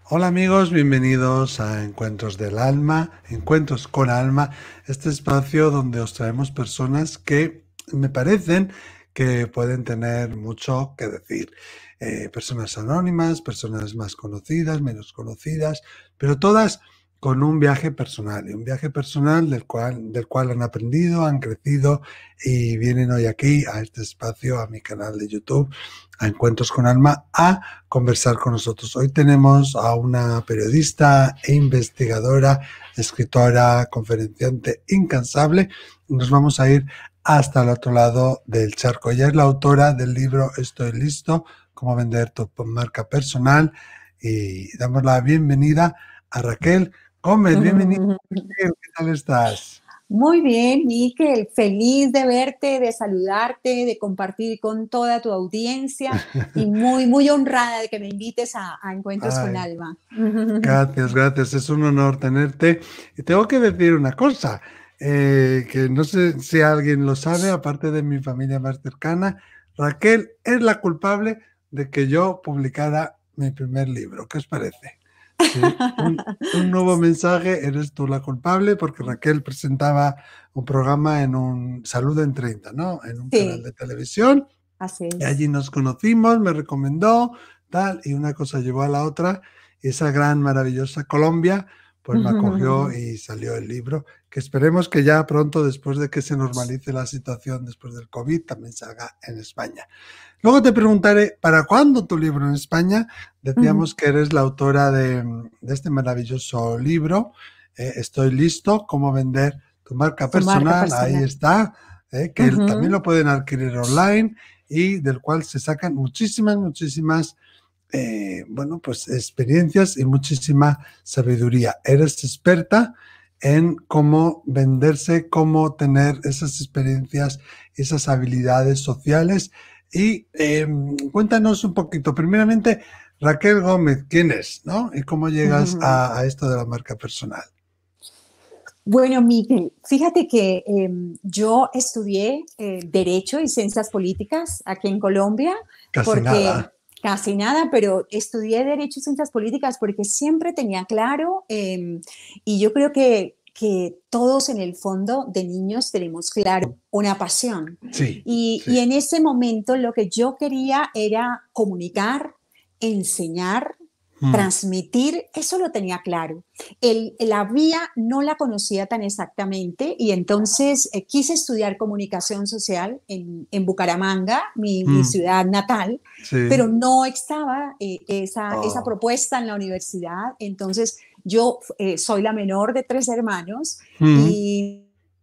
Hola amigos, bienvenidos a Encuentros del Alma, Encuentros con Alma, este espacio donde os traemos personas que me parecen que pueden tener mucho que decir. Personas anónimas, personas más conocidas, menos conocidas, pero todas con un viaje personal, y un viaje personal del cual han aprendido, han crecido y vienen hoy aquí a este espacio, a mi canal de YouTube, a Encuentros con Alma, a conversar con nosotros. Hoy tenemos a una periodista e investigadora, escritora, conferenciante incansable. Nos vamos a ir hasta el otro lado del charco. Ella es la autora del libro Estoy listo, cómo vender tu marca personal, y damos la bienvenida a Raquel Gómez. Bienvenida, Raquel. ¿Qué tal estás? Muy bien, Miquel, feliz de verte, de saludarte, de compartir con toda tu audiencia y muy honrada de que me invites a Encuentros con Ay, Alma. gracias, gracias. Es un honor tenerte. Y tengo que decir una cosa, que no sé si alguien lo sabe, aparte de mi familia más cercana. Raquel es la culpable de que yo publicara mi primer libro. ¿Qué os parece? Sí, un nuevo mensaje, eres tú la culpable, porque Raquel presentaba un programa en un Salud en 30, ¿no? En un canal Sí, de televisión. así Y es. allí nos conocimos, me recomendó, tal, y una cosa llevó a la otra, y esa gran, maravillosa Colombia, pues me acogió y salió el libro, que esperemos que ya pronto, después de que se normalice la situación después del COVID, también salga en España. Luego te preguntaré, ¿para cuándo tu libro en España? Decíamos que eres la autora de este maravilloso libro, Estoy listo, cómo vender tu marca Tu marca personal, ahí personal. está, que también Ujú. lo pueden adquirir online y del cual se sacan muchísimas, bueno, pues experiencias y muchísima sabiduría. Eres experta en cómo venderse, cómo tener esas experiencias, esas habilidades sociales. Y cuéntanos un poquito, primeramente, Raquel Gómez, ¿quién es? ¿No? ¿Y cómo llegas a esto de la marca personal? Bueno, Miguel, fíjate que yo estudié Derecho y Ciencias Políticas aquí en Colombia, Casi porque nada. casi nada, pero estudié Derecho y Ciencias Políticas porque siempre tenía claro, y yo creo que todos en el fondo de niños tenemos claro una pasión. Sí, sí. Y en ese momento lo que yo quería era comunicar, enseñar, Mm, transmitir, eso lo tenía claro. La vía no la conocía tan exactamente y entonces quise estudiar comunicación social en Bucaramanga, mi mm, ciudad natal, sí. pero no estaba esa Oh, propuesta en la universidad. Entonces yo soy la menor de tres hermanos mm. y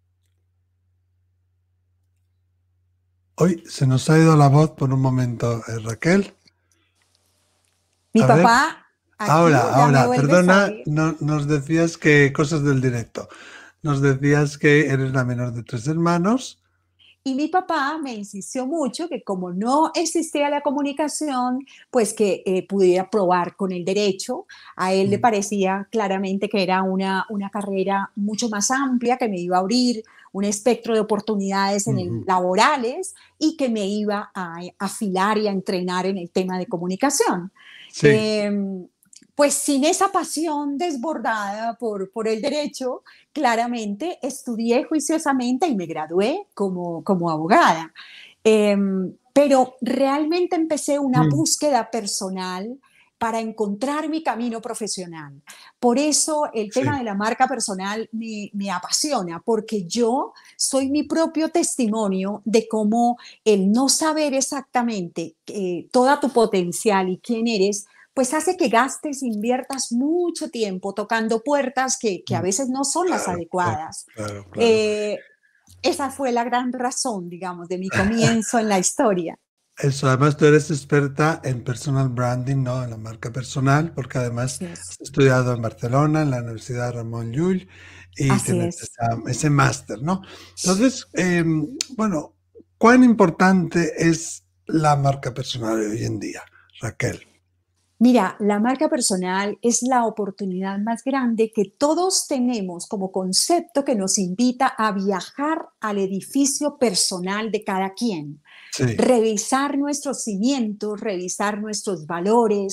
Hoy se nos ha ido la voz por un momento, Raquel. mi A ver, papá aquí ya me ahora, vuelves a perdona, oír. nos decías que cosas del directo. Nos decías que eres la menor de tres hermanos. Y mi papá me insistió mucho que como no existía la comunicación, pues que pudiera probar con el derecho. A él le Mm, parecía claramente que era una carrera mucho más amplia, que me iba a abrir un espectro de oportunidades ujú. laborales y que me iba a afilar y a entrenar en el tema de comunicación. Sí, Eh, pues sin esa pasión desbordada por el derecho, claramente estudié juiciosamente y me gradué como abogada. Pero realmente empecé una mm, búsqueda personal para encontrar mi camino profesional. Por eso el tema sí. de la marca personal me apasiona, porque yo soy mi propio testimonio de cómo el no saber exactamente toda tu potencial y quién eres, pues hace que gastes, inviertas mucho tiempo tocando puertas que a Mm, veces no son las claro, claro, adecuadas. claro, claro. Eh, Esa fue la gran razón, digamos, de mi comienzo en la historia. Eso, además tú eres experta en personal branding, ¿no? En la marca personal, porque además Así es. has estudiado en Barcelona, en la Universidad Ramón Llull, y Así tienes es. ese máster, ¿no? Entonces, bueno, ¿cuán importante es la marca personal hoy en día, Raquel? Mira, la marca personal es la oportunidad más grande que todos tenemos como concepto que nos invita a viajar al edificio personal de cada quien, Sí. revisar nuestros cimientos, revisar nuestros valores,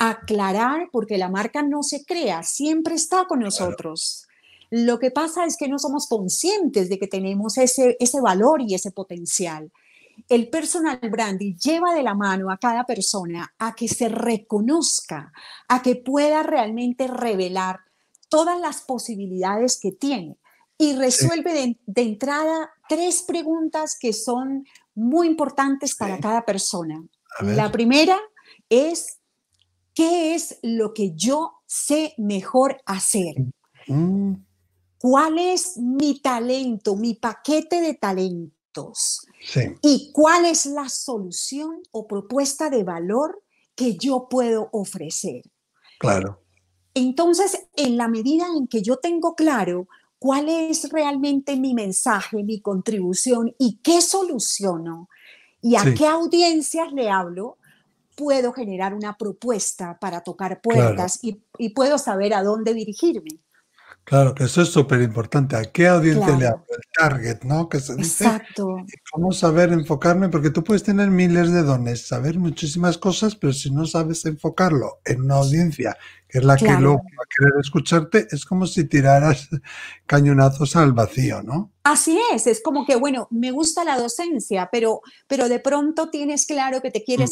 aclarar, porque la marca no se crea, siempre está con Claro, nosotros. Lo que pasa es que no somos conscientes de que tenemos ese valor y ese potencial. El personal branding lleva de la mano a cada persona a que se reconozca, a que pueda realmente revelar todas las posibilidades que tiene y sí, resuelve de entrada tres preguntas que son muy importantes para sí. cada persona. A La ver. primera es, ¿qué es lo que yo sé mejor hacer? Mm, ¿Cuál es mi talento, mi paquete de talentos? sí, ¿Y cuál es la solución o propuesta de valor que yo puedo ofrecer? claro. Entonces, en la medida en que yo tengo claro cuál es realmente mi mensaje, mi contribución y qué soluciono y a Sí, qué audiencias le hablo, puedo generar una propuesta para tocar claro. puertas y puedo saber a dónde dirigirme. Claro, que eso es súper importante. ¿A qué audiencia le hablo? Claro, El target, ¿no? Que se dice. exacto, Y cómo saber enfocarme, porque tú puedes tener miles de dones, saber muchísimas cosas, pero si no sabes enfocarlo en una audiencia, que es la que luego claro. va a querer escucharte, es como si tiraras cañonazos al vacío, ¿no? Así es como que, bueno, me gusta la docencia, pero de pronto tienes claro que Mm,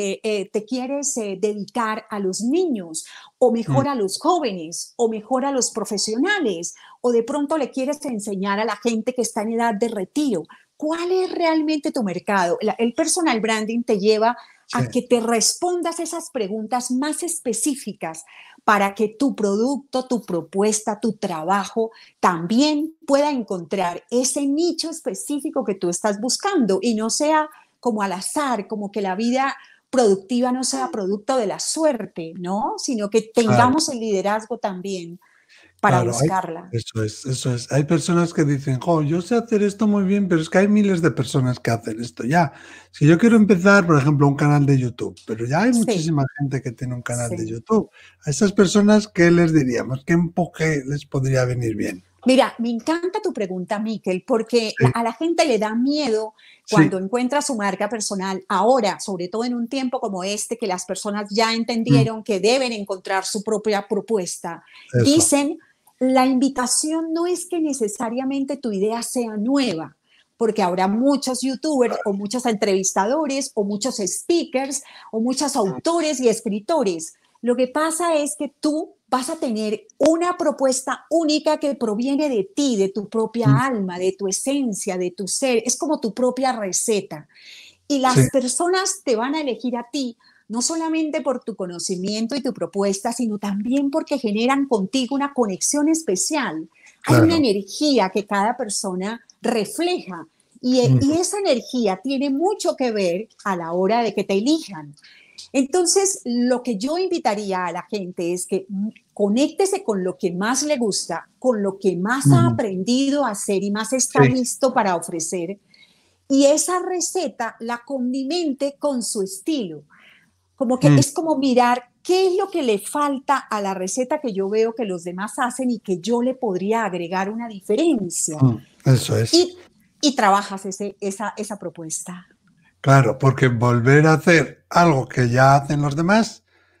te quieres dedicar a los niños, o mm, mejor a los jóvenes, o mejor a los profesionales, o de pronto le quieres enseñar a la gente que está en edad de retiro. ¿Cuál es realmente tu mercado? El personal branding te lleva sí, a que te respondas esas preguntas más específicas para que tu producto, tu propuesta, tu trabajo también pueda encontrar ese nicho específico que tú estás buscando y no sea como al azar, como que la vida productiva no sea producto de la suerte, ¿no? Sino que claro. tengamos el liderazgo también para Claro, hay buscarla. eso es, eso es. Hay personas que dicen: "Jo, yo sé hacer esto muy bien", pero es que hay miles de personas que hacen esto ya. Si yo quiero empezar, por ejemplo, un canal de YouTube, pero ya hay Sí, muchísima gente que tiene un canal de sí. YouTube. A esas personas, ¿qué les diríamos? ¿Qué empuje les podría venir bien? Mira, me encanta tu pregunta, Miquel, porque Sí, a la gente le da miedo cuando sí, encuentra su marca personal. Ahora, sobre todo en un tiempo como este, que las personas ya mm, entendieron que deben encontrar su propia propuesta, eso. dicen, la invitación no es que necesariamente tu idea sea nueva, porque habrá muchos youtubers o muchos entrevistadores o muchos speakers o muchos Mm, autores y escritores. Lo que pasa es que tú vas a tener una propuesta única que proviene de ti, de tu mm, propia alma, de tu esencia, de tu ser. Es como tu propia receta. Y sí, las personas te van a elegir a ti, no solamente por tu conocimiento y tu propuesta, sino también porque generan contigo una conexión especial. Hay una claro. energía que cada persona refleja y Ujú, esa energía tiene mucho que ver a la hora de que te elijan. Entonces, lo que yo invitaría a la gente es que conéctese con lo que más le gusta, con lo que más ha ujú, aprendido a hacer y más está sí, listo para ofrecer, y esa receta la condimente con su estilo. Como que mm, es como mirar qué es lo que le falta a la receta que yo veo que los demás hacen y que yo le podría agregar una diferencia. eso es. Y, y trabajas esa propuesta. Claro, porque volver a hacer algo que ya hacen los demás,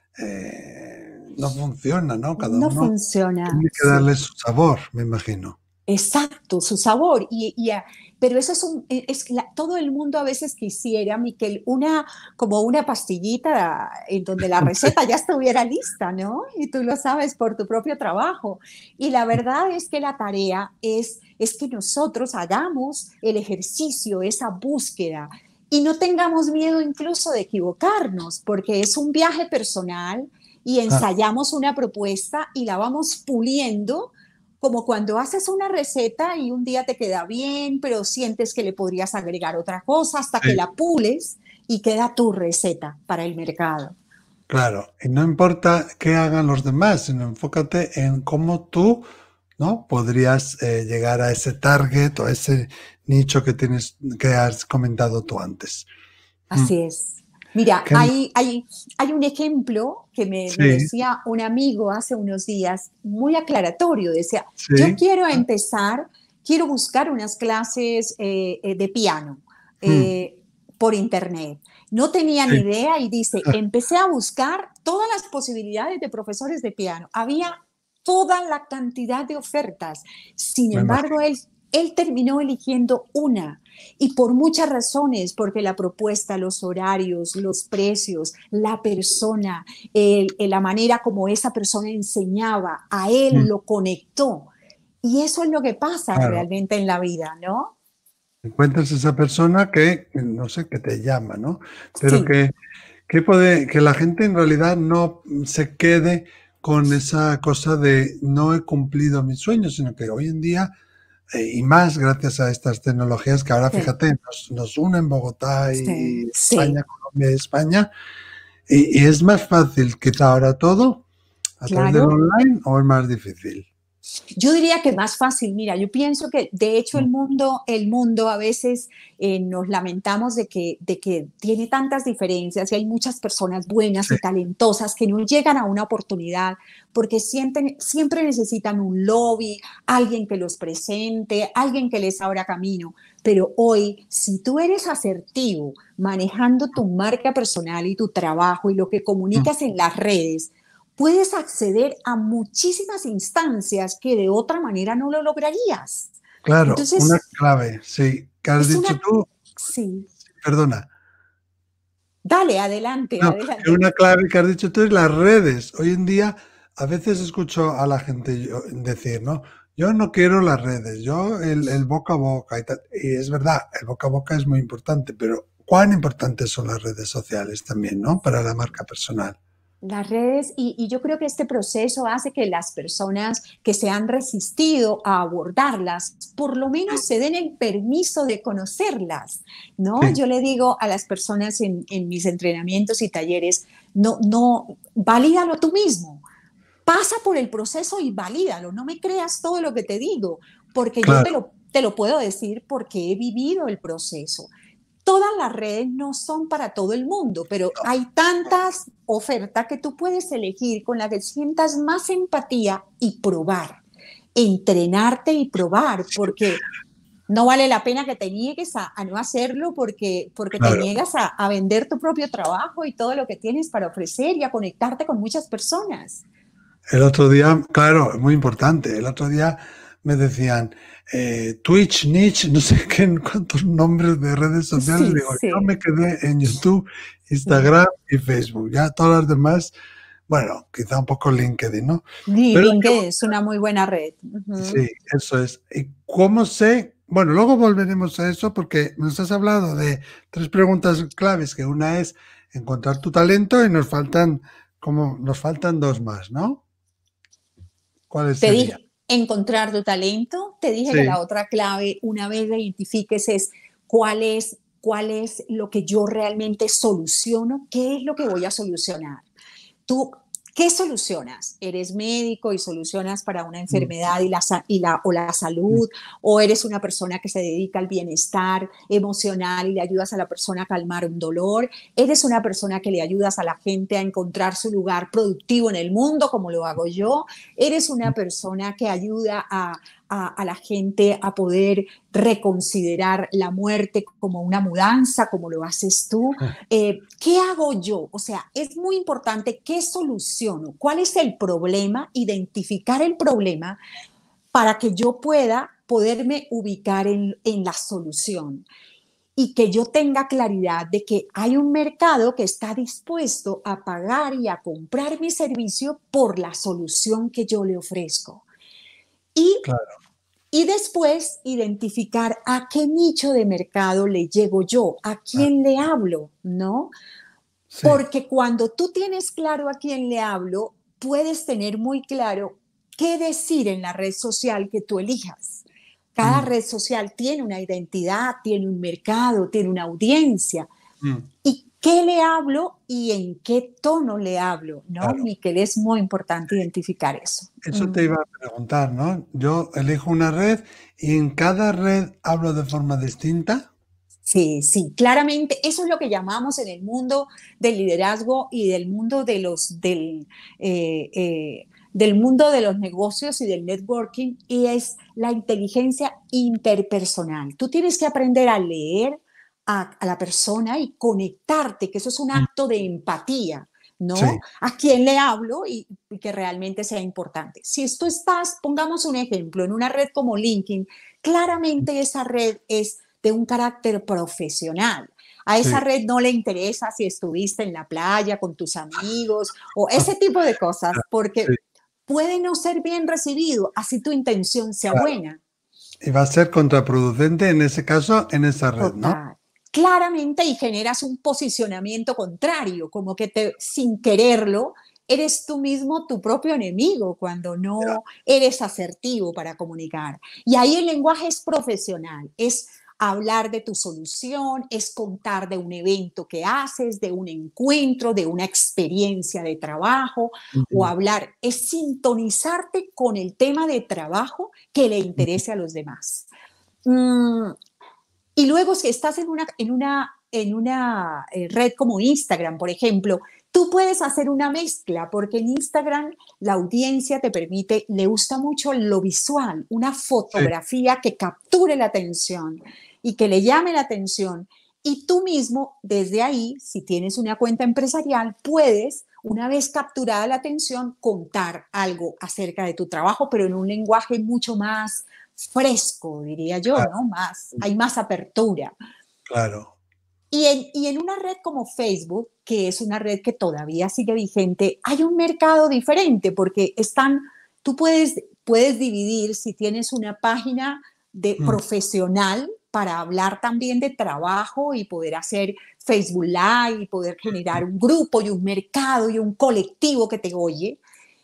no funciona, ¿no? Cada No uno funciona, tiene que sí. darle su sabor, me imagino. Exacto, su sabor. Pero eso todo el mundo a veces quisiera, Miquel, como una pastillita en donde la Sí, receta ya estuviera lista, ¿no? Y tú lo sabes por tu propio trabajo. Y la verdad es que la tarea es que nosotros hagamos el ejercicio, esa búsqueda, y no tengamos miedo incluso de equivocarnos, porque es un viaje personal y ah, ensayamos una propuesta y la vamos puliendo como cuando haces una receta y un día te queda bien, pero sientes que le podrías agregar otra cosa hasta que sí, la pules y queda tu receta para el mercado. claro. Y no importa qué hagan los demás, sino enfócate en cómo tú, ¿no? Podrías llegar a ese target o a ese nicho que tienes, que has comentado tú antes. Mm, Así es. Mira, ¿qué más? hay un ejemplo que me Sí, decía un amigo hace unos días, muy aclaratorio. Decía, yo sí. quiero empezar, quiero buscar unas clases de piano. Mm, Eh, por internet. No tenía ni Sí, idea y dice, empecé a buscar todas las posibilidades de profesores de piano. Había toda la cantidad de ofertas. Sin me embargo, imagino. él terminó eligiendo una y por muchas razones, porque la propuesta, los horarios, los precios, la persona, la manera como esa persona enseñaba, a Mm, él lo conectó. Y eso es lo que pasa claro. realmente en la vida, ¿no? Encuentras esa persona que, no sé, que te llama, ¿no? Pero Sí, que la gente en realidad no se quede con esa cosa de no he cumplido mis sueños, sino que hoy en día, y más gracias a estas tecnologías que ahora, sí, fíjate, nos unen Bogotá sí, y sí, España, Colombia y España, y es más fácil quizá ahora todo a través del claro. online o es más difícil. Yo diría que más fácil, mira, yo pienso que de hecho Mm, el mundo a veces nos lamentamos de que tiene tantas diferencias y hay muchas personas buenas sí, y talentosas que no llegan a una oportunidad porque siempre necesitan un lobby, alguien que los presente, alguien que les abra camino. Pero hoy, si tú eres asertivo manejando tu marca personal y tu trabajo y lo que mm, comunicas en las redes, puedes acceder a muchísimas instancias que de otra manera no lo lograrías. claro, una Entonces, clave, sí, que has es dicho una... tú, Sí, perdona. dale, adelante, No, que adelante. una clave que has dicho tú es las redes. Hoy en día a veces escucho a la gente decir, ¿no? Yo no quiero las redes, yo el boca a boca y tal. Y es verdad, el boca a boca es muy importante, pero ¿cuán importantes son las redes sociales también, ¿no? Para la marca personal. Las redes, y yo creo que este proceso hace que las personas que se han resistido a abordarlas, por lo menos se den el permiso de conocerlas, ¿no? Sí, Yo le digo a las personas en mis entrenamientos y talleres, no, valídalo tú mismo, pasa por el proceso y valídalo, no me creas todo lo que te digo, porque yo claro, te lo puedo decir porque he vivido el proceso. Todas las redes no son para todo el mundo, pero hay tantas ofertas que tú puedes elegir con la que sientas más empatía y probar, entrenarte y probar, porque no vale la pena que te niegues a no hacerlo porque te claro. niegas a vender tu propio trabajo y todo lo que tienes para ofrecer y a conectarte con muchas personas. El otro día, claro, muy importante, el otro día me decían Twitch, Niche, no sé qué, cuántos nombres de redes sociales. Sí, Digo, yo sí. me quedé en YouTube, Sí. Instagram y Facebook. Ya todas las demás, bueno, quizá un poco LinkedIn, ¿no? Y Pero LinkedIn es una muy buena red. Ujú. sí, eso es. ¿Y cómo sé? Bueno, luego volveremos a eso porque nos has hablado de tres preguntas claves, que una es encontrar tu talento y nos faltan dos más, ¿no? ¿Cuáles Te serían? dije, encontrar tu talento. Te dije que Sí, la otra clave, una vez la identifiques, es cuál es lo que yo realmente soluciono, qué es lo que voy a solucionar. ¿Tú qué solucionas? ¿Eres médico y solucionas para una mm, enfermedad o la mm, salud? ¿O eres una persona que se dedica al bienestar emocional y le ayudas a la persona a calmar un dolor? ¿Eres una persona que le ayudas a la gente a encontrar su lugar productivo en el mundo, como lo hago yo? ¿Eres una persona que ayuda a la gente a poder reconsiderar la muerte como una mudanza, como lo haces tú? ¿Qué hago yo? O sea, es muy importante qué soluciono, cuál es el problema, identificar el problema para que yo pueda poderme ubicar en la solución y que yo tenga claridad de que hay un mercado que está dispuesto a pagar y a comprar mi servicio por la solución que yo le ofrezco. Y claro, y después identificar a qué nicho de mercado le llego yo, a claro, quién le hablo, ¿no? sí, Porque cuando tú tienes claro a quién le hablo, puedes tener muy claro qué decir en la red social que tú elijas. Cada mm, red social tiene una identidad, tiene un mercado, tiene una audiencia. mm, ¿Y qué le hablo y en qué tono le hablo? ¿No, claro. Miquel? Es muy importante identificar eso. Eso te Mm. iba a preguntar, ¿no? Yo elijo una red y en cada red hablo de forma distinta. Sí, sí, claramente eso es lo que llamamos en el mundo del liderazgo y del mundo del mundo de los negocios y del networking, y es la inteligencia interpersonal. Tú tienes que aprender a leer, a la persona y conectarte, que eso es un mm, acto de empatía, ¿no? sí, A quién le hablo y que realmente sea importante. Si tú estás, pongamos un ejemplo, en una red como LinkedIn, claramente esa red es de un carácter profesional. A esa sí, red no le interesa si estuviste en la playa con tus amigos o ese tipo de cosas, sí, porque puede no ser bien recibido, así tu intención sea claro. buena. Y va a ser contraproducente en ese caso, en esa red, ¿no? Total. Claramente y generas un posicionamiento contrario, como que sin quererlo, eres tú mismo tu propio enemigo cuando Ya, no eres asertivo para comunicar. Y ahí el lenguaje es profesional, es hablar de tu solución, es contar de un evento que haces, de un encuentro, de una experiencia de trabajo, o ujú, hablar, es sintonizarte con el tema de trabajo que le ujú, interese a los demás. Mm, y luego si estás en una red como Instagram, por ejemplo, tú puedes hacer una mezcla, porque en Instagram la audiencia te permite, le gusta mucho lo visual, una sí, fotografía que capture la atención y que le llame la atención. Y tú mismo, desde ahí, si tienes una cuenta empresarial, puedes, una vez capturada la atención, contar algo acerca de tu trabajo, pero en un lenguaje mucho más fresco, diría yo, claro, ¿no? Hay más apertura. claro. Y en una red como Facebook, que es una red que todavía sigue vigente, hay un mercado diferente porque tú puedes dividir si tienes una página de Mm, profesional para hablar también de trabajo y poder hacer Facebook Live y poder mm, generar un grupo y un mercado y un colectivo que te oye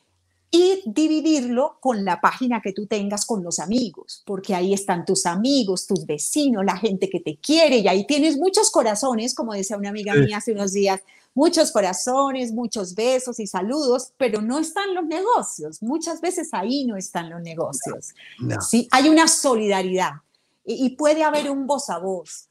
y dividirlo con la página que tú tengas con los amigos, porque ahí están tus amigos, tus vecinos, la gente que te quiere y ahí tienes muchos corazones, como decía una amiga sí, mía hace unos días, muchos corazones, muchos besos y saludos, pero no están los negocios. Muchas veces ahí no están los negocios. ya. Sí, hay una solidaridad y puede haber un voz a voz,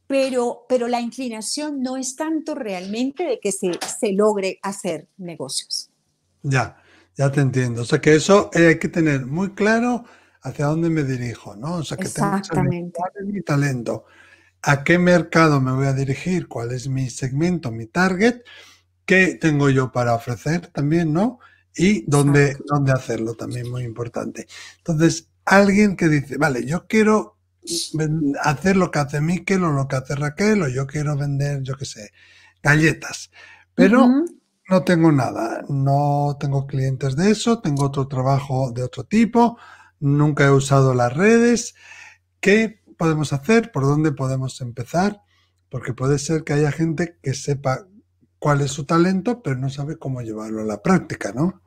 pero la inclinación no es tanto realmente de que se logre hacer negocios. Ya, ya te entiendo. O sea que eso hay que tener muy claro hacia dónde me dirijo, ¿no? O sea que tengo que saber Exactamente. cuál es mi talento, a qué mercado me voy a dirigir, cuál es mi segmento, mi target, qué tengo yo para ofrecer también, ¿no? Y Exacto. dónde hacerlo también, muy importante. Entonces, alguien que dice, vale, yo quiero hacer lo que hace Miquel o lo que hace Raquel, o yo quiero vender, yo qué sé, galletas, pero Ujú. no tengo nada, no tengo clientes de eso, tengo otro trabajo de otro tipo, nunca he usado las redes. ¿Qué podemos hacer? ¿Por dónde podemos empezar? Porque puede ser que haya gente que sepa cuál es su talento, pero no sabe cómo llevarlo a la práctica, ¿no?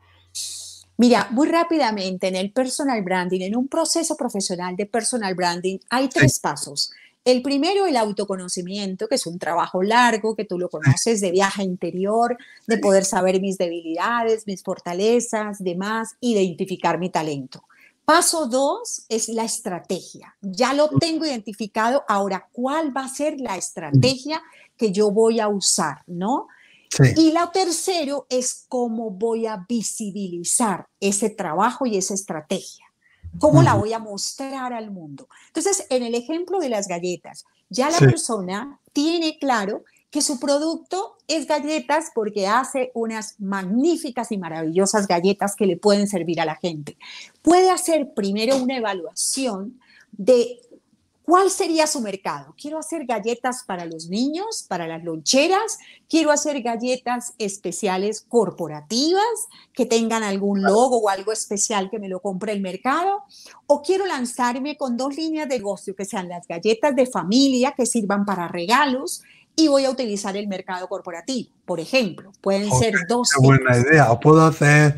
Mira, muy rápidamente en el personal branding, en un proceso profesional de personal branding, hay Sí, 3 pasos. El primero, el autoconocimiento, que es un trabajo largo, que tú lo sí, conoces de viaje interior, de sí. poder saber mis debilidades, mis fortalezas, demás, identificar mi talento. Paso 2 es la estrategia. Ya lo tengo identificado. Ahora, ¿cuál va a ser la Mm, estrategia que yo voy a usar? ¿No? sí. Y lo tercero es cómo voy a visibilizar ese trabajo y esa estrategia. ¿Cómo la Ujú, voy a mostrar al mundo? Entonces, en el ejemplo de las galletas, ya la sí, persona tiene claro que su producto es galletas porque hace unas magníficas y maravillosas galletas que le pueden servir a la gente. Puede hacer primero una evaluación de ¿cuál sería su mercado? Quiero hacer galletas para los niños, para las loncheras, quiero hacer galletas especiales corporativas que tengan algún logo o algo especial que me lo compre el mercado, o quiero lanzarme con 2 líneas de negocio que sean las galletas de familia que sirvan para regalos y voy a utilizar el mercado corporativo, por ejemplo. Pueden joder, ser dos qué buena tipos. idea. O puedo hacer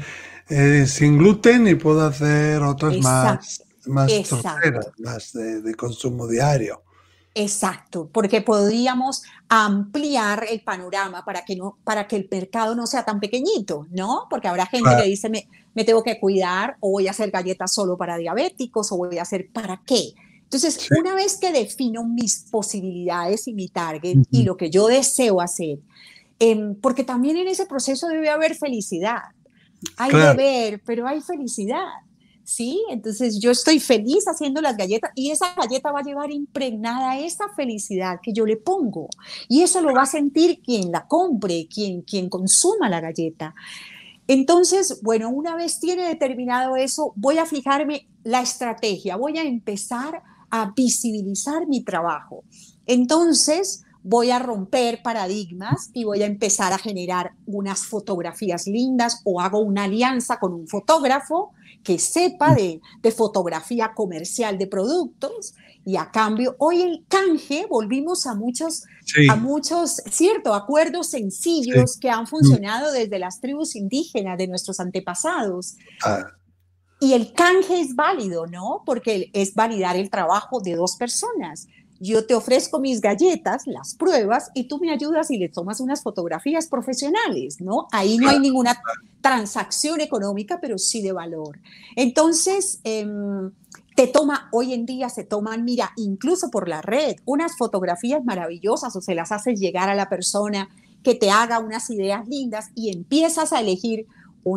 sin gluten y puedo hacer otras Exacto, más torceras, exacto. más de consumo diario. Exacto, porque podríamos ampliar el panorama para que el mercado no sea tan pequeñito, ¿no? Porque habrá gente que Claro, dice, me tengo que cuidar, o voy a hacer galletas solo para diabéticos, o voy a hacer para qué. Entonces, sí. una vez que defino mis posibilidades y mi target y Ujú, lo que yo deseo hacer, porque también en ese proceso debe haber felicidad. Hay claro, deber, pero hay felicidad. ¿sí? Entonces yo estoy feliz haciendo las galletas y esa galleta va a llevar impregnada esa felicidad que yo le pongo. Y eso lo va a sentir quien la compre, quien consuma la galleta. Entonces, bueno, una vez tiene determinado eso, voy a fijarme la estrategia, voy a empezar a visibilizar mi trabajo. Entonces, voy a romper paradigmas y voy a empezar a generar unas fotografías lindas o hago una alianza con un fotógrafo que sepa de fotografía comercial de productos y a cambio, hoy el canje, volvimos a Sí, muchos, cierto, acuerdos sí. sencillos que han Mm, funcionado desde las tribus indígenas de nuestros antepasados. total. Y el canje es válido, ¿no? Porque es validar el trabajo de dos personas. Yo te ofrezco mis galletas, las pruebas, y tú me ayudas y le tomas unas fotografías profesionales, ¿no? Ahí no hay Claro, ninguna transacción económica, pero sí de valor. Entonces, hoy en día se toman, mira, incluso por la red, unas fotografías maravillosas o se las haces llegar a la persona que te haga unas ideas lindas y empiezas a elegir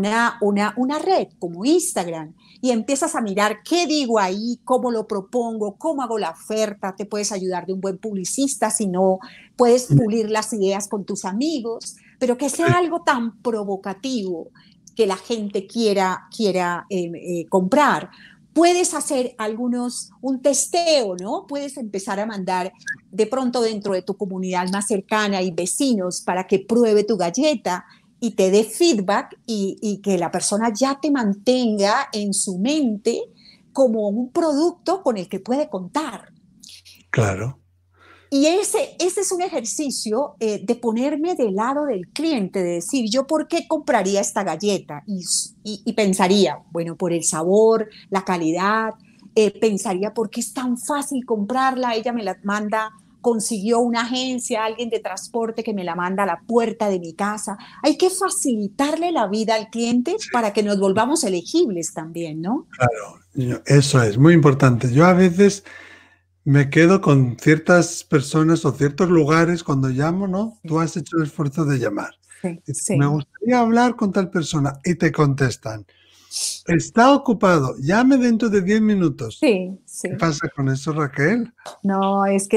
una red como Instagram y empiezas a mirar qué digo ahí, cómo lo propongo, cómo hago la oferta, te puedes ayudar de un buen publicista, si no, puedes mm, pulir las ideas con tus amigos, pero que sí, sea algo tan provocativo que la gente quiera comprar. Puedes hacer un testeo, ¿no? Puedes empezar a mandar de pronto dentro de tu comunidad más cercana y vecinos para que pruebe tu galleta y te dé feedback y que la persona ya te mantenga en su mente como un producto con el que puede contar. claro. Y ese es un ejercicio de ponerme del lado del cliente, de decir, ¿yo por qué compraría esta galleta? Y pensaría, bueno, por el sabor, la calidad, pensaría, ¿por qué es tan fácil comprarla? Ella me la manda, consiguió una agencia, alguien de transporte que me la manda a la puerta de mi casa. Hay que facilitarle la vida al cliente para que nos volvamos elegibles también, ¿no? Claro, eso es muy importante. Yo a veces me quedo con ciertas personas o ciertos lugares cuando llamo, ¿no? Tú Sí, has hecho el esfuerzo de llamar. sí, Dices, me sí, gustaría hablar con tal persona y te contestan, está ocupado, llame dentro de 10 minutos. sí, ¿Qué sí. pasa con eso, Raquel? No, es que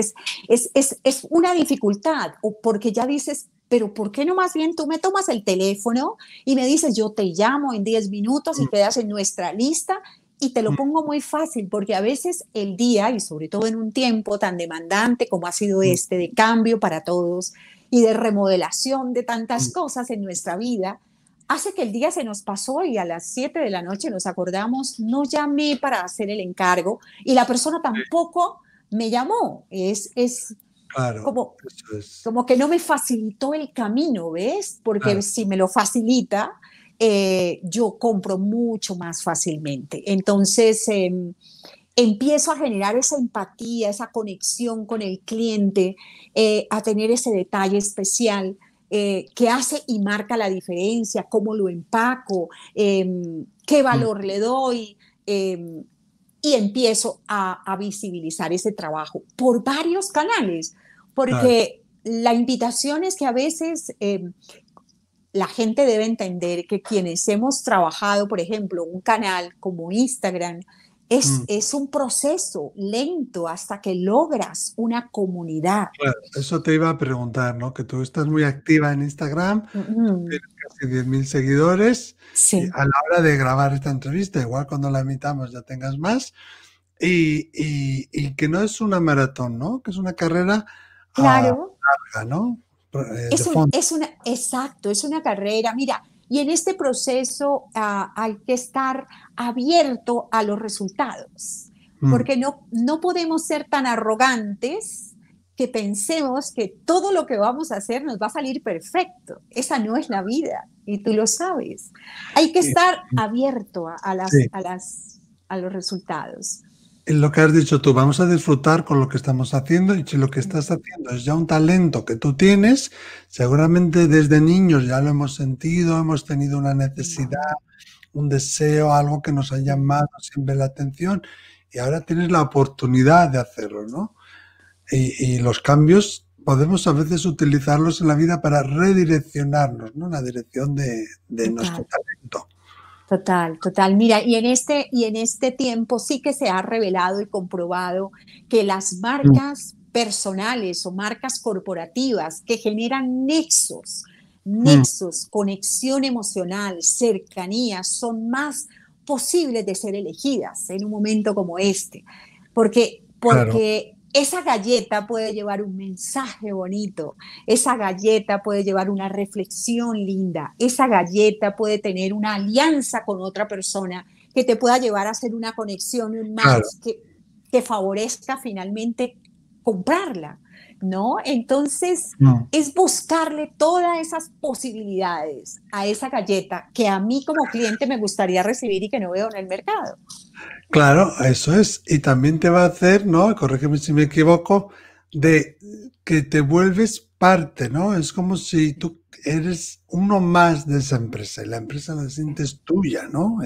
es una dificultad, o porque ya dices, pero ¿por qué no más bien tú me tomas el teléfono y me dices, yo te llamo en 10 minutos y Mm, quedas en nuestra lista y te lo mm, pongo muy fácil, porque a veces el día, y sobre todo en un tiempo tan demandante como ha sido mm, este, de cambio para todos y de remodelación de tantas mm. cosas en nuestra vida, hace que el día se nos pasó y a las 7 de la noche nos acordamos, no llamé para hacer el encargo y la persona tampoco me llamó. Es Claro, como, eso es. como que no me facilitó el camino, ¿ves? Porque Claro, si me lo facilita, yo compro mucho más fácilmente. Entonces, empiezo a generar esa empatía, esa conexión con el cliente, a tener ese detalle especial. Que hace y marca la diferencia, cómo lo empaco, qué mm, valor le doy, y empiezo a visibilizar ese trabajo por varios canales, claro. porque la invitación es que a veces la gente debe entender que quienes hemos trabajado, por ejemplo, un canal como Instagram, Mm. es un proceso lento hasta que logras una comunidad. Claro, eso te iba a preguntar, ¿no? Que tú estás muy activa en Instagram, Ujú. tienes casi 10.000 seguidores y Sí, a la hora de grabar esta entrevista, igual cuando la emitamos ya tengas más, y que no es una maratón, ¿no? Que es una carrera claro. larga, ¿no? De fondo. Exacto, es una carrera. Mira, y en este proceso hay que estar abierto a los resultados, Mm, porque no podemos ser tan arrogantes que pensemos que todo lo que vamos a hacer nos va a salir perfecto. Esa no es la vida y tú lo sabes. Hay que y estar abierto sí. a los resultados. En lo que has dicho tú, vamos a disfrutar con lo que estamos haciendo y si lo que estás haciendo es ya un talento que tú tienes, seguramente desde niños ya lo hemos sentido, hemos tenido una necesidad, un deseo, algo que nos ha llamado siempre la atención y ahora tienes la oportunidad de hacerlo, ¿no? Y los cambios podemos a veces utilizarlos en la vida para redireccionarnos, ¿no? En la dirección de nuestro Total. talento. Total, total. Mira, y en este tiempo sí que se ha revelado y comprobado que las Mm, marcas personales o marcas corporativas que generan mm, nexos, conexión emocional, cercanía, son más posibles de ser elegidas en un momento como este. claro, Porque esa galleta puede llevar un mensaje bonito, esa galleta puede llevar una reflexión linda, esa galleta puede tener una alianza con otra persona que te pueda llevar a hacer una conexión, un claro. match que favorezca finalmente comprarla, ¿no? Entonces, Mm. es buscarle todas esas posibilidades a esa galleta que a mí como cliente me gustaría recibir y que no veo en el mercado. Claro, eso es. Y también te va a hacer, ¿no? Corrígeme si me equivoco, de que te vuelves parte, ¿no? Es como si tú eres uno más de esa empresa y la empresa la sientes tuya, ¿no?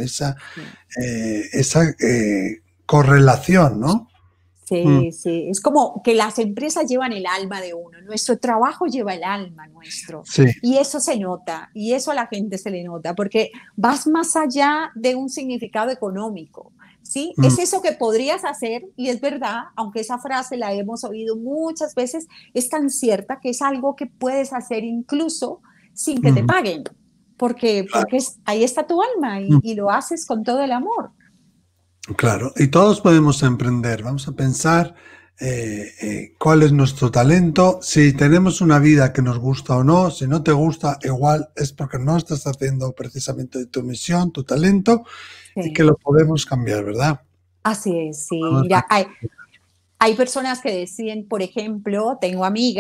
Esa correlación, ¿no? Mm, Sí, sí, es como que las empresas llevan el alma de uno, nuestro trabajo lleva el alma nuestro sí, y eso se nota y eso a la gente se le nota porque vas más allá de un significado económico, ¿sí? mm, Es eso que podrías hacer y es verdad, aunque esa frase la hemos oído muchas veces, es tan cierta que es algo que puedes hacer incluso sin que te mm, paguen, porque claro. ahí está tu alma Mm. y lo haces con todo el amor. Claro, y todos podemos emprender. Vamos a pensar cuál es nuestro talento, si tenemos una vida que nos gusta o no, si no te gusta, igual es porque no estás haciendo precisamente de tu misión, tu talento, y que Sí. lo podemos cambiar, ¿verdad? Así es, sí. Podemos Mira, hay personas que deciden, por ejemplo, tengo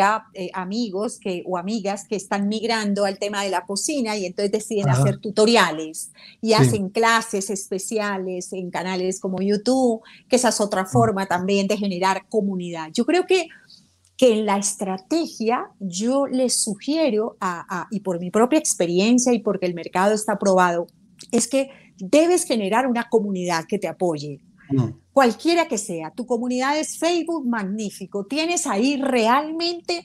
amigos o amigas que están migrando al tema de la cocina y entonces deciden Ajá, hacer tutoriales y sí, hacen clases especiales en canales como YouTube, que esa es otra mm, forma también de generar comunidad. Yo creo que en la estrategia yo les sugiero, y por mi propia experiencia y porque el mercado está probado, es que debes generar una comunidad que te apoye, mm, cualquiera que sea. Tu comunidad es Facebook, magnífico. Tienes ahí realmente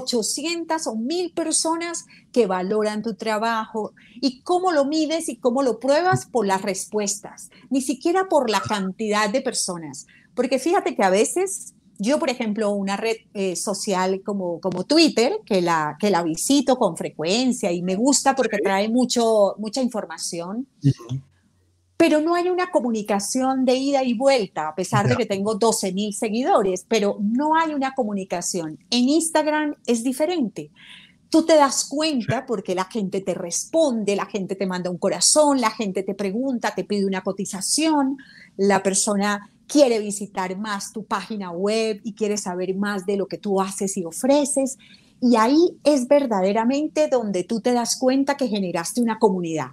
800 o 1000 personas que valoran tu trabajo. ¿Y cómo lo mides y cómo lo pruebas? Por las respuestas, ni siquiera por la cantidad de personas. Porque fíjate que a veces yo, por ejemplo, una red social como Twitter, que la visito con frecuencia y me gusta porque sí, trae mucha información, ujú, pero no hay una comunicación de ida y vuelta, a pesar de ya, que tengo 12,000 seguidores, pero no hay una comunicación. En Instagram es diferente. Tú te das sí, cuenta porque la gente te responde, la gente te manda un corazón, la gente te pregunta, te pide una cotización, la persona quiere visitar más tu página web y quiere saber más de lo que tú haces y ofreces. Y ahí es verdaderamente donde tú te das cuenta que generaste una comunidad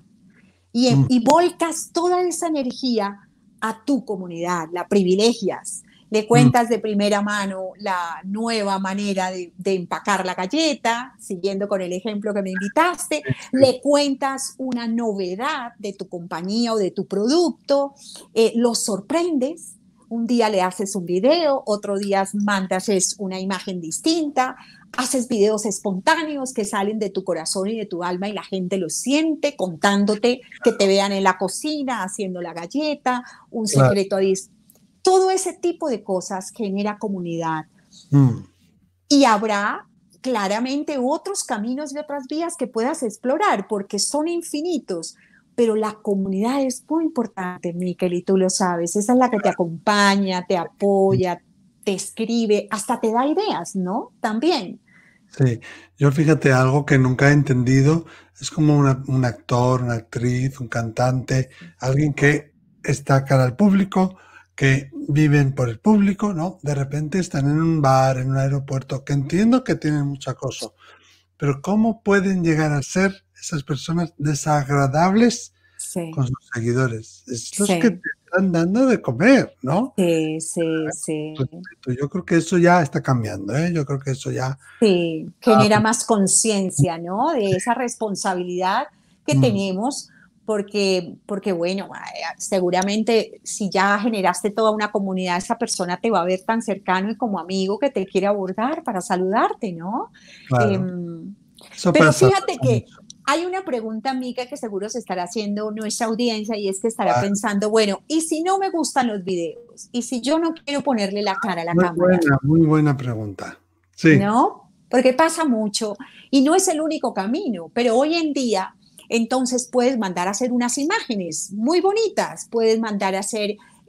mm, y volcas toda esa energía a tu comunidad, la privilegias, le mm, cuentas de primera mano la nueva manera de empacar la galleta, siguiendo con el ejemplo que me invitaste, sí, sí, le cuentas una novedad de tu compañía o de tu producto, los sorprendes. Un día le haces un video, otro día mandas una imagen distinta, haces videos espontáneos que salen de tu corazón y de tu alma y la gente lo siente contándote que te vean en la cocina haciendo la galleta, un claro, secreto a dis. Todo ese tipo de cosas genera comunidad mm, y habrá claramente otros caminos y otras vías que puedas explorar porque son infinitos, pero la comunidad es muy importante, Miquel, y tú lo sabes. Esa es la que te acompaña, te mm. apoya, te escribe, hasta te da ideas, ¿no? También. Sí, yo fíjate, algo que nunca he entendido, es como un actor, una actriz, un cantante, alguien que está cara al público, que viven por el público, ¿no? De repente están en un bar, en un aeropuerto, que entiendo que tienen mucho acoso, pero ¿cómo pueden llegar a ser esas personas desagradables Sí, con sus seguidores? Es los que te sí, están dando de comer, ¿no? sí, sí, sí, Respeto. Yo creo que eso ya está cambiando, ¿eh? Yo creo que eso ya sí, está genera más conciencia, ¿no? De sí, esa responsabilidad que mm, tenemos, porque bueno, seguramente si ya generaste toda una comunidad, esa persona te va a ver tan cercano y como amigo que te quiere abordar para saludarte, ¿no? claro. Em, Eso pero pasa, fíjate pasa que mucho. hay una pregunta, Mica, que seguro se estará haciendo nuestra audiencia y es que estará Ah, pensando, bueno, ¿y si no me gustan los videos? ¿Y si yo no quiero ponerle la cara a la cámara? muy buena pregunta. Sí, ¿No? Porque pasa mucho y no es el único camino, pero hoy en día entonces puedes mandar a hacer unas imágenes muy bonitas, puedes mandar a hacer,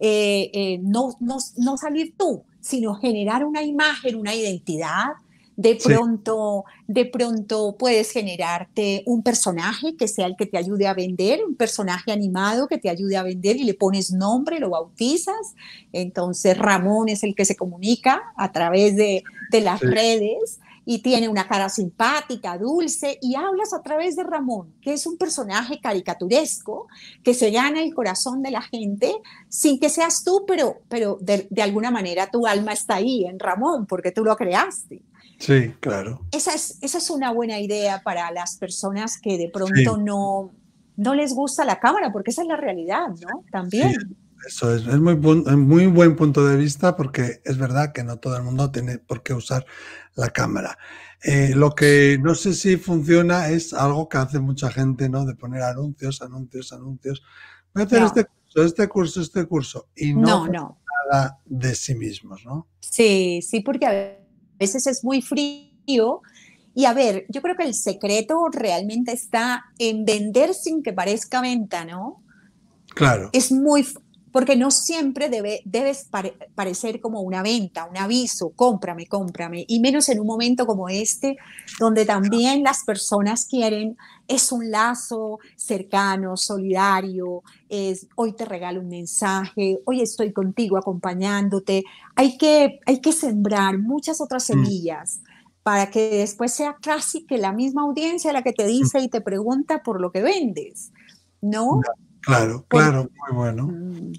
no salir tú, sino generar una imagen, una identidad. sí, De pronto puedes generarte un personaje que sea el que te ayude a vender, un personaje animado que te ayude a vender y le pones nombre, lo bautizas. Entonces Ramón es el que se comunica a través de las sí, redes y tiene una cara simpática, dulce, y hablas a través de Ramón, que es un personaje caricaturesco que se gana el corazón de la gente sin que seas tú, pero de alguna manera tu alma está ahí en Ramón porque tú lo creaste. sí, claro. Esa es una buena idea para las personas que de Sí, pronto no les gusta la cámara, porque esa es la realidad, ¿no? sí, También. eso es muy buen punto de vista porque es verdad que no todo el mundo tiene por qué usar la cámara. Lo que no sé si funciona es algo que hace mucha gente, ¿no? De poner anuncios, anuncios, anuncios. Voy a hacer No, este curso, y no no, poner no. nada de sí mismos, ¿no? Sí, sí, porque a veces es muy frío. Y a ver, yo creo que el secreto realmente está en vender sin que parezca venta, ¿no? Claro. Es muy, porque no siempre debes parecer como una venta, un aviso, cómprame, cómprame, y menos en un momento como este, donde también las personas quieren, es un lazo cercano, solidario, es hoy te regalo un mensaje, hoy estoy contigo acompañándote, hay que sembrar muchas otras Mm, semillas para que después sea casi que la misma audiencia la que te mm. dice y te pregunta por lo que vendes, ¿no? Ya, claro, Por, claro, muy bueno. Mm,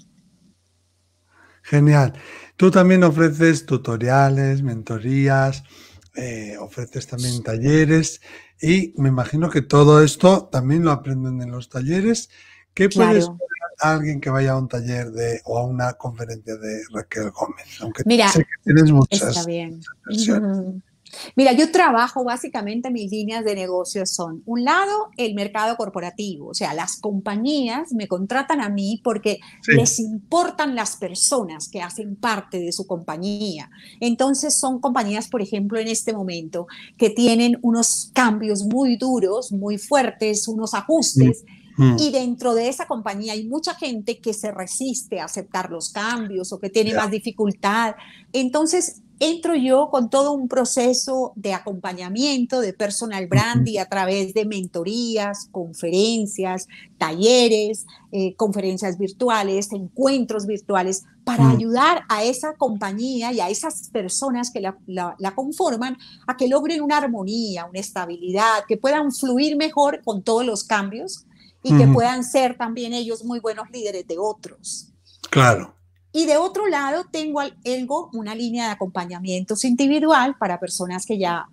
Genial. Tú también ofreces tutoriales, mentorías, ofreces también talleres y me imagino que todo esto también lo aprenden en los talleres. ¿Qué puede claro. esperar alguien que vaya a un taller o a una conferencia de Raquel Gómez? Aunque sé Mira, que tienes está muchas bien. versiones. Ujú. Mira, yo trabajo básicamente mis líneas de negocio son, un lado, el mercado corporativo, o sea, las compañías me contratan a mí porque Sí. les importan las personas que hacen parte de su compañía. Entonces son compañías, por ejemplo, en este momento, que tienen unos cambios muy duros, muy fuertes, unos Mm, ajustes. mm, Y dentro de esa compañía hay mucha gente que se resiste a aceptar los cambios o que tiene ya. más dificultad. Entonces, entro yo con todo un proceso de acompañamiento, de personal Ujú, branding a través de mentorías, conferencias, talleres, conferencias virtuales, encuentros virtuales, para mm, ayudar a esa compañía y a esas personas que la conforman a que logren una armonía, una estabilidad, que puedan fluir mejor con todos los cambios y que ujú. puedan ser también ellos muy buenos líderes de otros. Claro. Y de otro lado, tengo algo, una línea de acompañamientos individual para personas que ya